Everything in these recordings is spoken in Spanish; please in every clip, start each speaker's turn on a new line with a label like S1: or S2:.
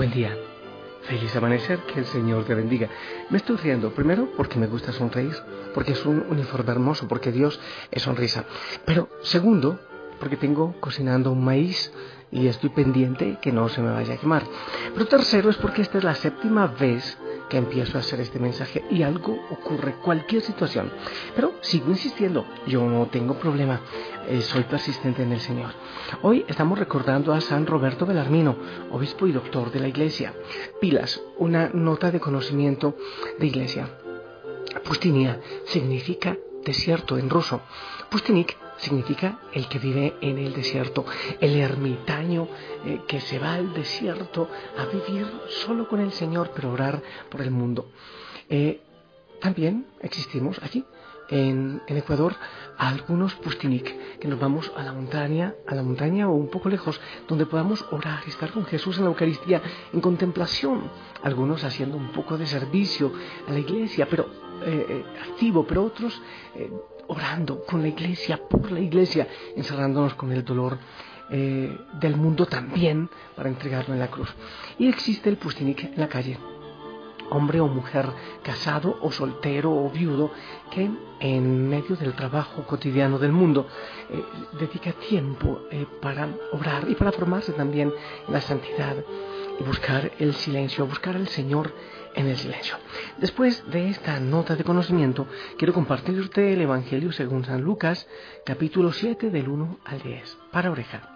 S1: Buen día. Feliz amanecer, que el Señor te bendiga. Me estoy riendo, primero porque me gusta sonreír, porque es un uniforme hermoso, porque Dios es sonrisa. Pero segundo, porque tengo cocinando un maíz y estoy pendiente que no se me vaya a quemar. Pero tercero es porque esta es la séptima vez que empiezo a hacer este mensaje y algo ocurre, cualquier situación. Pero sigo insistiendo, yo no tengo problema, soy persistente en el Señor. Hoy estamos recordando a San Roberto Belarmino, obispo y doctor de la Iglesia. Pilas, una nota de conocimiento de Iglesia. Pustinia significa desierto en ruso. Pustinik significa el que vive en el desierto, el ermitaño que se va al desierto a vivir solo con el Señor, pero orar por el mundo. También existimos aquí en Ecuador algunos Pustinik, que nos vamos a la montaña o un poco lejos, donde podamos orar, estar con Jesús en la Eucaristía, en contemplación, algunos haciendo un poco de servicio a la iglesia, pero activo, pero otros orando con la iglesia, por la iglesia, encerrándonos con el dolor del mundo también para entregarlo en la cruz. Y existe el Pustinik en la calle, hombre o mujer, casado o soltero o viudo, que en medio del trabajo cotidiano del mundo dedica tiempo para orar y para formarse también en la santidad y buscar el silencio, buscar al Señor en el silencio. Después de esta nota de conocimiento, quiero compartirte el Evangelio según San Lucas, capítulo 7, del 1 al 10, para oreja.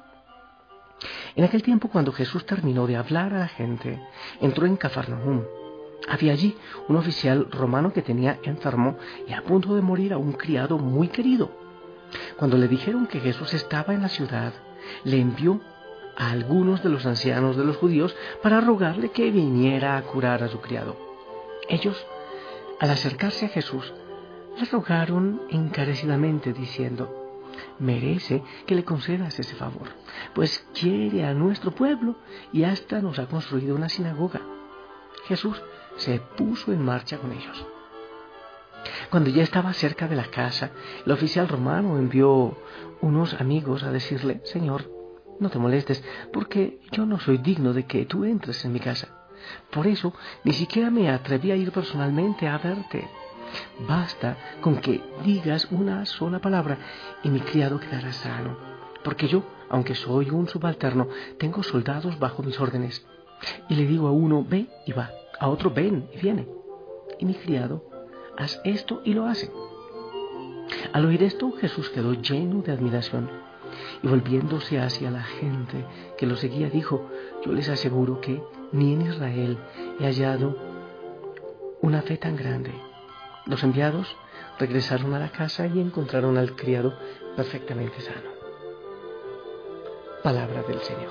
S1: En aquel tiempo, cuando Jesús terminó de hablar a la gente, entró en Cafarnaúm. Había allí un oficial romano que tenía enfermo y a punto de morir a un criado muy querido. Cuando le dijeron que Jesús estaba en la ciudad, le envió a algunos de los ancianos de los judíos para rogarle que viniera a curar a su criado. Ellos, al acercarse a Jesús, le rogaron encarecidamente diciendo: merece que le concedas ese favor, pues quiere a nuestro pueblo y hasta nos ha construido una sinagoga. Jesús se puso en marcha con ellos. Cuando ya estaba cerca de la casa, el oficial romano envió unos amigos a decirle: Señor, no te molestes, porque yo no soy digno de que tú entres en mi casa. Por eso ni siquiera me atreví a ir personalmente a verte. Basta con que digas una sola palabra y mi criado quedará sano, porque yo, aunque soy un subalterno, tengo soldados bajo mis órdenes. Y le digo a uno: ve, y va; a otro: ven, y viene. Y mi criado: haz esto, y lo hace. Al oír esto, Jesús quedó lleno de admiración, y volviéndose hacia la gente que lo seguía, dijo: yo les aseguro que ni en Israel he hallado una fe tan grande. Los enviados regresaron a la casa y encontraron al criado perfectamente sano. Palabra del Señor.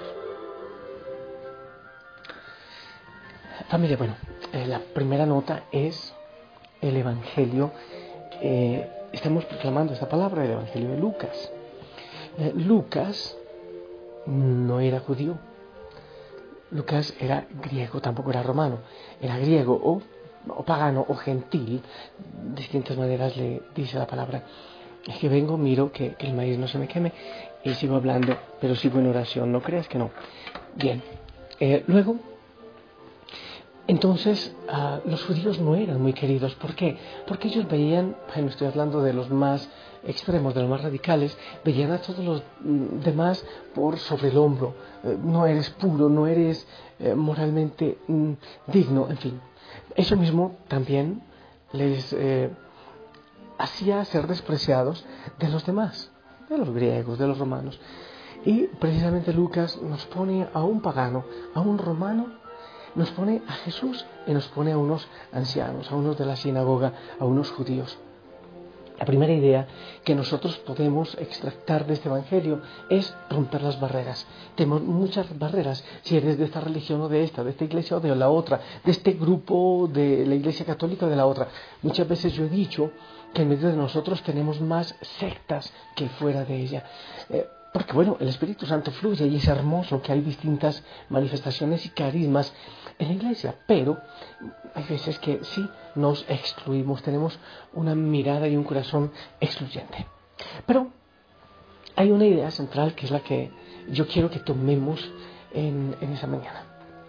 S1: Familia, la primera nota es el Evangelio. Estamos proclamando esta palabra, el Evangelio de Lucas. Lucas no era judío. Lucas era griego, tampoco era romano. Era griego o pagano o gentil. Distintas maneras le dice la palabra. Es que vengo, miro que el maíz no se me queme y sigo hablando, pero sigo en oración. No creas que no. Bien. Luego, entonces, los judíos no eran muy queridos. ¿Por qué? Porque ellos veían, estoy hablando de los más extremos, de los más radicales, veían a todos los demás por sobre el hombro. No eres puro, no eres moralmente digno, en fin. Eso mismo también les hacía ser despreciados de los demás, de los griegos, de los romanos. Y precisamente Lucas nos pone a un pagano, a un romano, nos pone a Jesús y nos pone a unos ancianos, a unos de la sinagoga, a unos judíos. La primera idea que nosotros podemos extractar de este Evangelio es romper las barreras. Tenemos muchas barreras, si eres de esta religión o de esta iglesia o de la otra, de este grupo de la Iglesia Católica o de la otra. Muchas veces yo he dicho que en medio de nosotros tenemos más sectas que fuera de ella. Porque el Espíritu Santo fluye y es hermoso que hay distintas manifestaciones y carismas en la iglesia, pero hay veces que sí nos excluimos, tenemos una mirada y un corazón excluyente. Pero hay una idea central que es la que yo quiero que tomemos en esa mañana.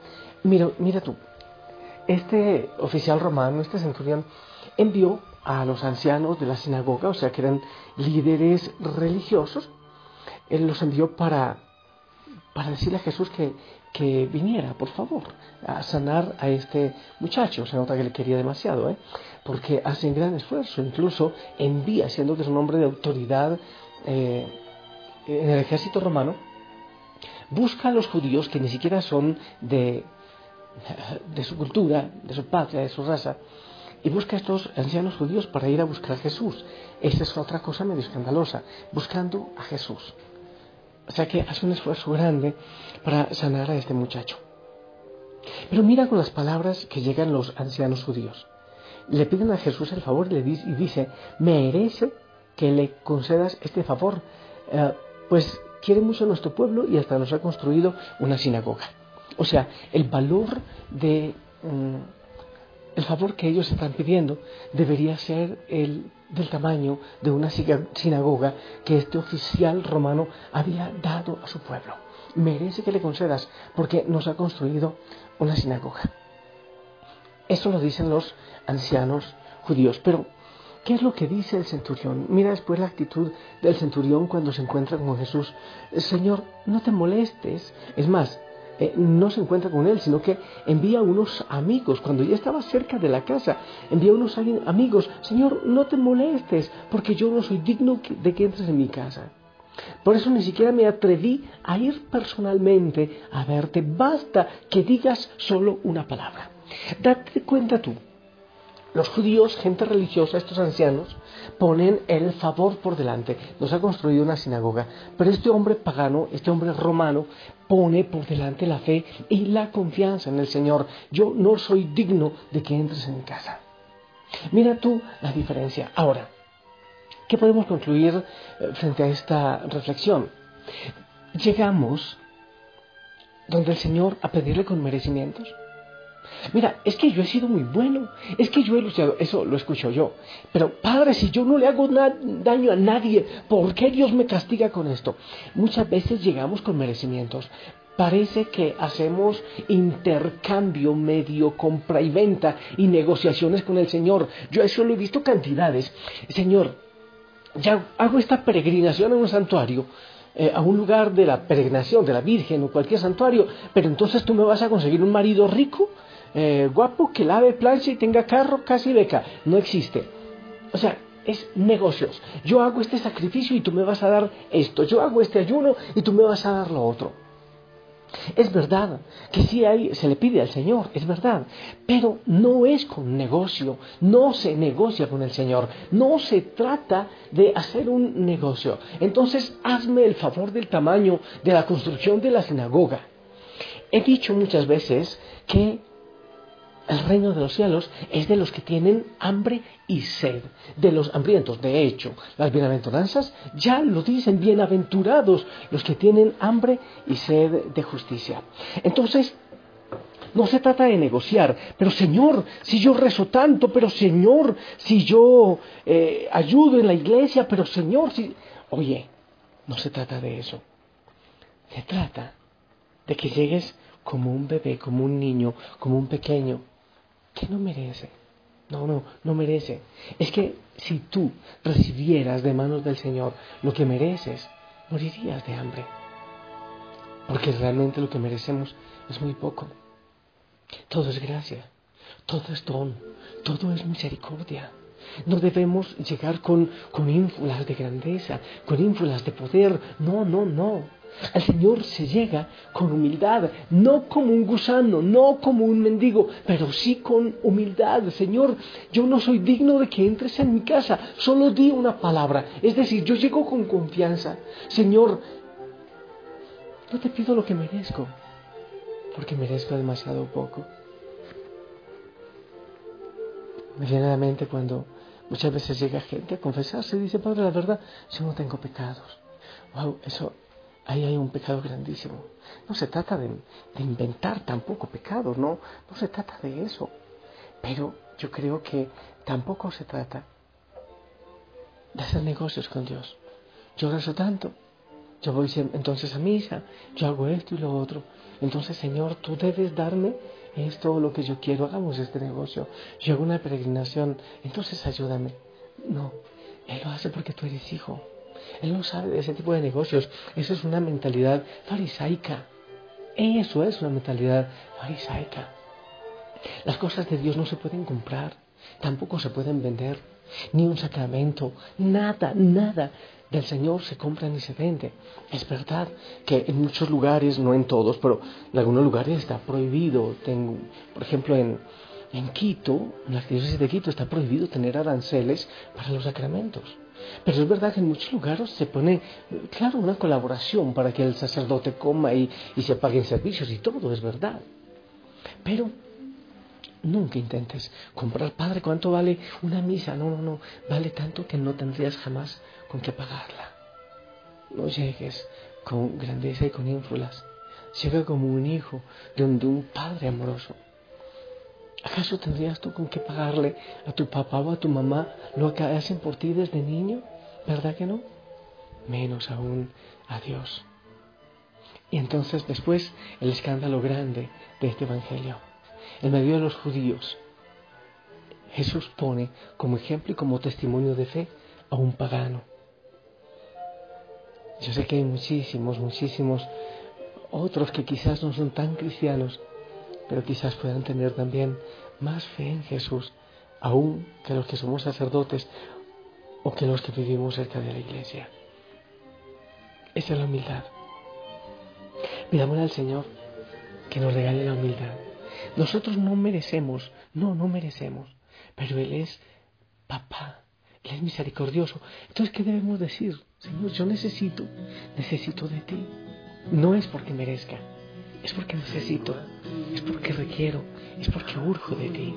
S1: Mira tú, este oficial romano, este centurión, envió a los ancianos de la sinagoga, o sea que eran líderes religiosos, él los envió para decirle a Jesús que viniera, por favor, a sanar a este muchacho. Se nota que le quería demasiado, porque hacen gran esfuerzo, incluso envía, siendo que es un hombre de autoridad en el ejército romano, busca a los judíos que ni siquiera son de su cultura, de su patria, de su raza, y busca a estos ancianos judíos para ir a buscar a Jesús. Esta es otra cosa medio escandalosa, buscando a Jesús. O sea que hace un esfuerzo grande para sanar a este muchacho. Pero mira con las palabras que llegan los ancianos judíos. Le piden a Jesús el favor y dice, merece que le concedas este favor, pues quiere mucho a nuestro pueblo y hasta nos ha construido una sinagoga. O sea, el valor de el favor que ellos están pidiendo debería ser del tamaño de una sinagoga que este oficial romano había dado a su pueblo. Merece que le concedas porque nos ha construido una sinagoga. Eso lo dicen los ancianos judíos. Pero, ¿qué es lo que dice el centurión? Mira después la actitud del centurión cuando se encuentra con Jesús. Señor, no te molestes. Es más, no se encuentra con él, sino que envía unos amigos. Cuando ya estaba cerca de la casa, envía unos amigos. Señor, no te molestes, porque yo no soy digno de que entres en mi casa. Por eso ni siquiera me atreví a ir personalmente a verte. Basta que digas solo una palabra. Date cuenta tú. Los judíos, gente religiosa, estos ancianos, ponen el favor por delante. Nos ha construido una sinagoga. Pero este hombre pagano, este hombre romano, pone por delante la fe y la confianza en el Señor. Yo no soy digno de que entres en mi casa. Mira tú la diferencia. Ahora, ¿qué podemos concluir frente a esta reflexión? Llegamos donde el Señor a pedirle con merecimientos. Mira, es que yo he sido muy bueno, es que yo he luchado, eso lo escucho yo. Pero Padre, si yo no le hago daño a nadie, ¿por qué Dios me castiga con esto? Muchas veces llegamos con merecimientos. Parece que hacemos intercambio medio, compra y venta y negociaciones con el Señor. Yo eso lo he visto cantidades. Señor, ya hago esta peregrinación a un santuario, a un lugar de la peregrinación de la Virgen o cualquier santuario, pero entonces tú me vas a conseguir un marido rico, guapo, que lave, planche y tenga carro, casa y beca. No existe. O sea, es negocios. Yo hago este sacrificio y tú me vas a dar esto. Yo hago este ayuno y tú me vas a dar lo otro. Es verdad que sí se le pide al Señor, es verdad, pero no es con negocio, no se negocia con el Señor, no se trata de hacer un negocio. Entonces, hazme el favor del tamaño de la construcción de la sinagoga. He dicho muchas veces que el reino de los cielos es de los que tienen hambre y sed, de los hambrientos. De hecho, las bienaventuranzas ya lo dicen, bienaventurados los que tienen hambre y sed de justicia. Entonces, no se trata de negociar, pero Señor, si yo rezo tanto, pero Señor, si yo ayudo en la iglesia, pero Señor, si... Oye, no se trata de eso. Se trata de que llegues como un bebé, como un niño, como un pequeño, que no merece. No merece. Es que si tú recibieras de manos del Señor lo que mereces, morirías de hambre. Porque realmente lo que merecemos es muy poco. Todo es gracia, todo es don, todo es misericordia. No debemos llegar con ínfulas de grandeza, con ínfulas de poder. No. Al Señor se llega con humildad, no como un gusano, no como un mendigo, pero sí con humildad. Señor, yo no soy digno de que entres en mi casa, solo di una palabra. Es decir, yo llego con confianza. Señor, no te pido lo que merezco, porque merezco demasiado poco. Me viene a la mente cuando muchas veces llega gente a confesarse y dice, Padre, la verdad, yo no tengo pecados. Wow, ahí hay un pecado grandísimo. No se trata de inventar tampoco pecados, no se trata de eso. Pero yo creo que tampoco se trata de hacer negocios con Dios. Yo rezo tanto, yo voy entonces a misa, yo hago esto y lo otro. Entonces, Señor, tú debes darme esto, lo que yo quiero, hagamos este negocio. Yo hago una peregrinación, entonces ayúdame. No, Él lo hace porque tú eres hijo. Él no sabe de ese tipo de negocios. Eso es una mentalidad farisaica. Eso es una mentalidad farisaica. Las cosas de Dios no se pueden comprar, tampoco se pueden vender, ni un sacramento, nada, nada del Señor se compra ni se vende. Es verdad que en muchos lugares, no en todos, pero en algunos lugares está prohibido. Por ejemplo, en Quito, en la diócesis de Quito, está prohibido tener aranceles para los sacramentos. Pero es verdad que en muchos lugares se pone, claro, una colaboración para que el sacerdote coma y se paguen servicios y todo, es verdad. Pero nunca intentes comprar, Padre, ¿cuánto vale una misa? No, no, no, vale tanto que no tendrías jamás con qué pagarla. No llegues con grandeza y con ínfulas. Llega como un hijo de un padre amoroso. ¿Acaso tendrías tú con qué pagarle a tu papá o a tu mamá lo que hacen por ti desde niño? ¿Verdad que no? Menos aún a Dios. Y entonces después el escándalo grande de este evangelio. En medio de los judíos, Jesús pone como ejemplo y como testimonio de fe a un pagano. Yo sé que hay muchísimos otros que quizás no son tan cristianos, pero quizás puedan tener también más fe en Jesús, aún que los que somos sacerdotes o que los que vivimos cerca de la iglesia. Esa es la humildad. Pidámosle al Señor que nos regale la humildad. Nosotros no merecemos, no merecemos, pero Él es papá, Él es misericordioso. Entonces, ¿qué debemos decir? Señor, yo necesito de ti. No es porque merezca, es porque necesito, es porque requiero, es porque urjo de ti.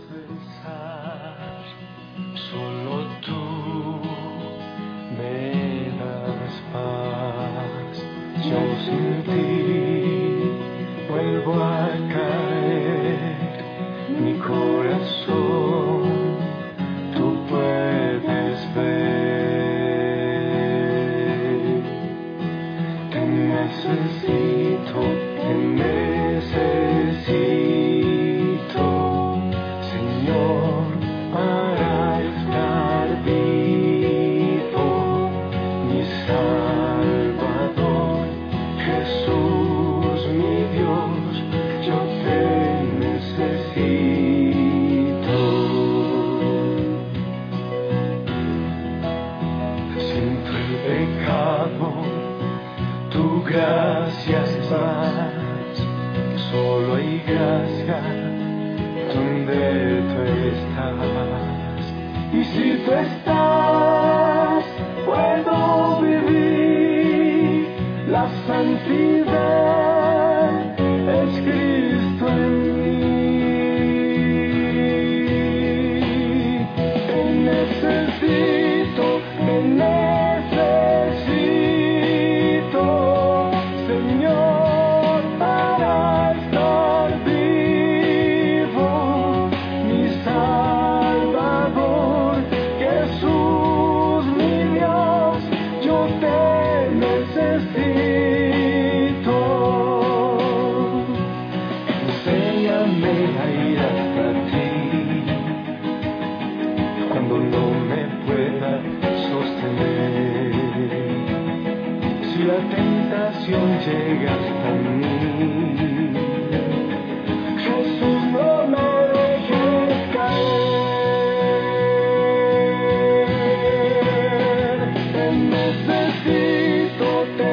S2: Solo tú me das paz. Yo sin ti vuelvo a caer. Mi corazón tú puedes ver. Te necesito, Señor, para estar vivo, mi Salvador, Jesús, mi Dios, yo te necesito. Siento el pecado, tu gracia es más, solo hay gracia donde tú estás. Y si tú estás, puedo vivir la santidad, es Cristo en mí. Te necesito, Señor, para estar vivo, mi Salvador, Jesús, mi Dios, yo te necesito. Enséñame a ir hasta ti cuando no me pueda sostener. Si la tentación llega hasta mí, Jesús, no me dejes caer. Te necesito,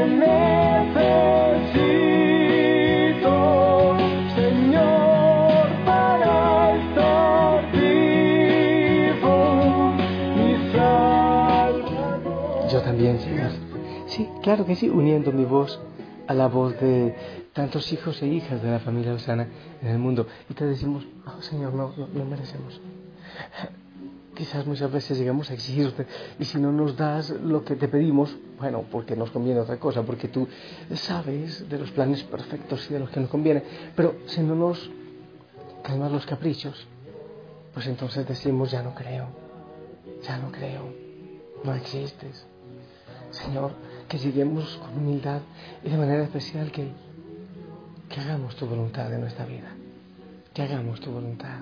S2: Señor, para estar vivo, mi Salvador.
S1: Yo también, Señor. Sí, claro que sí, uniendo mi voz a la voz de tantos hijos e hijas de la familia Osana en el mundo. Y te decimos, oh Señor, no merecemos. Quizás muchas veces llegamos a exigirte y si no nos das lo que te pedimos, bueno, porque nos conviene otra cosa, porque tú sabes de los planes perfectos y de los que nos conviene, pero si no nos calmas los caprichos, pues entonces decimos, ya no creo, no existes. Señor, que lleguemos con humildad y de manera especial que hagamos tu voluntad en nuestra vida, que hagamos tu voluntad,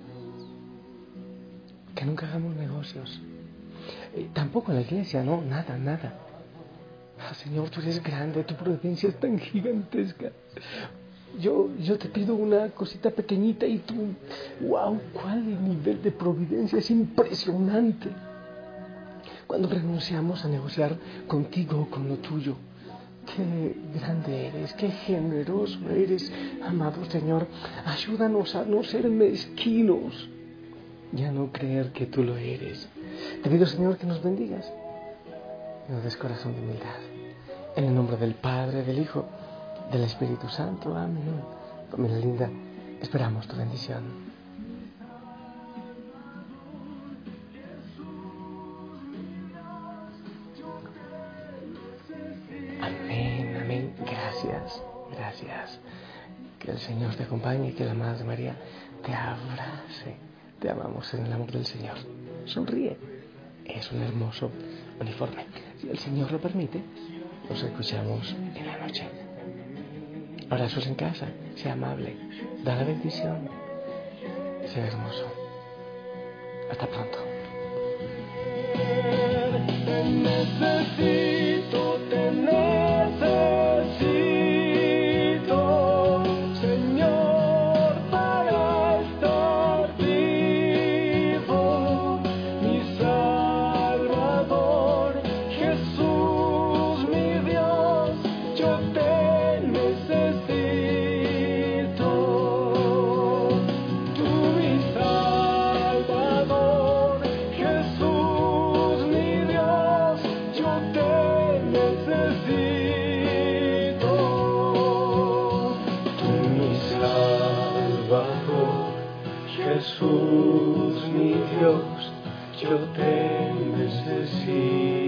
S1: que nunca hagamos negocios, tampoco en la iglesia, no, nada, nada. Señor, tú eres grande, tu providencia es tan gigantesca. Yo te pido una cosita pequeñita y tú, wow, cuál nivel de providencia, es impresionante. Cuando renunciamos a negociar contigo, con lo tuyo, qué grande eres, qué generoso eres, amado Señor. Ayúdanos a no ser mezquinos y a no creer que tú lo eres. Te pido, Señor, que nos bendigas y nos des corazón de humildad. En el nombre del Padre, del Hijo, del Espíritu Santo. Amén. Familia linda, esperamos tu bendición. Amén, amén. Gracias, gracias. Que el Señor te acompañe y que la Madre María te abrace. Te amamos en el amor del Señor. Sonríe. Es un hermoso uniforme. Si el Señor lo permite, nos escuchamos en la noche. Abrazos en casa, sea amable, da la bendición, sea hermoso. Hasta pronto.
S2: Necesito, te necesito, Señor, para estar vivo, mi Salvador, Jesús, mi Dios, yo te necesito, tú mi Salvador, Jesús, mi Dios, yo te necesito, tú mi Salvador, Jesús, mi Dios, yo te necesito.